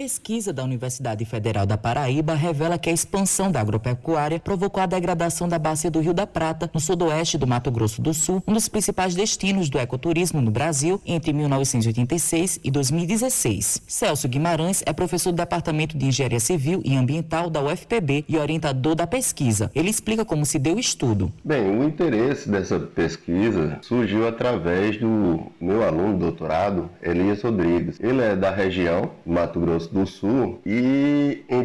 Pesquisa da Universidade Federal da Paraíba revela que a expansão da agropecuária provocou a degradação da bacia do Rio da Prata, no sudoeste do Mato Grosso do Sul, um dos principais destinos do ecoturismo no Brasil entre 1986 e 2016. Celso Guimarães é professor do Departamento de Engenharia Civil e Ambiental da UFPB e orientador da pesquisa. Ele explica como se deu o estudo. Bem, o interesse dessa pesquisa surgiu através do meu aluno de doutorado, Elias Rodrigues. Ele é da região Mato Grosso do Sul e em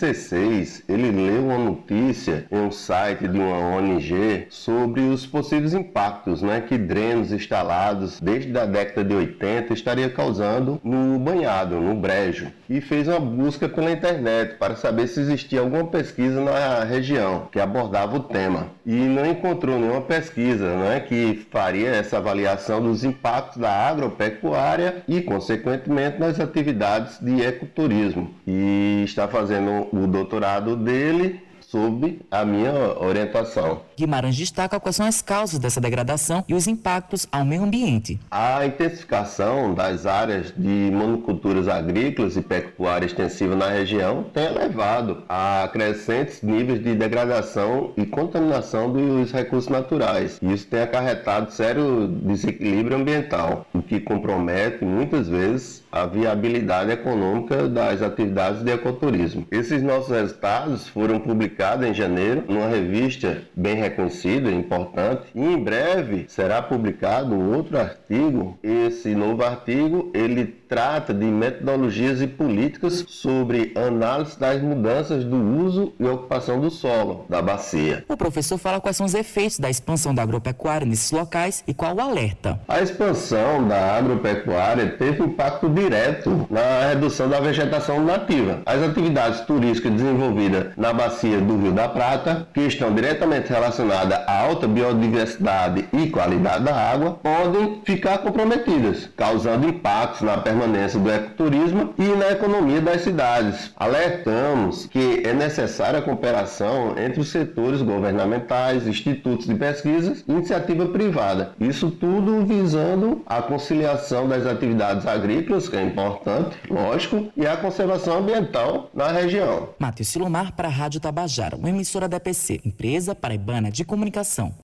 2016 ele leu uma notícia em um site de uma ONG sobre os possíveis impactos que drenos instalados desde a década de 80 estaria causando no banhado, no brejo, e fez uma busca pela internet para saber se existia alguma pesquisa na região que abordava o tema e não encontrou nenhuma pesquisa que faria essa avaliação dos impactos da agropecuária e, consequentemente, nas atividades de ecoturismo. E está fazendo o doutorado dele sob a minha orientação. Guimarães destaca quais são as causas dessa degradação e os impactos ao meio ambiente. A intensificação das áreas de monoculturas agrícolas e pecuária extensiva na região tem levado a crescentes níveis de degradação e contaminação dos recursos naturais. Isso tem acarretado sério desequilíbrio ambiental, o que compromete muitas vezes a viabilidade econômica das atividades de ecoturismo. Esses nossos resultados foram publicados em janeiro numa revista bem reconhecida e importante, e em breve será publicado outro artigo. Esse novo artigo ele trata de metodologias e políticas sobre análise das mudanças do uso e ocupação do solo da bacia. O professor fala quais são os efeitos da expansão da agropecuária nesses locais e qual o alerta. A expansão da agropecuária teve impacto direto na redução da vegetação nativa. As atividades turísticas desenvolvidas na bacia do Rio da Prata, que estão diretamente relacionadas à alta biodiversidade e qualidade da água, podem ficar comprometidas, causando impactos na permanência do ecoturismo e na economia das cidades. Alertamos que é necessária a cooperação entre os setores governamentais, institutos de pesquisa e iniciativa privada. Isso tudo visando a conciliação das atividades agrícolas, que é importante, lógico, e a conservação ambiental na região. Matheus Silomar para a Rádio Tabajara, uma emissora da EPC, Empresa Paraibana de Comunicação.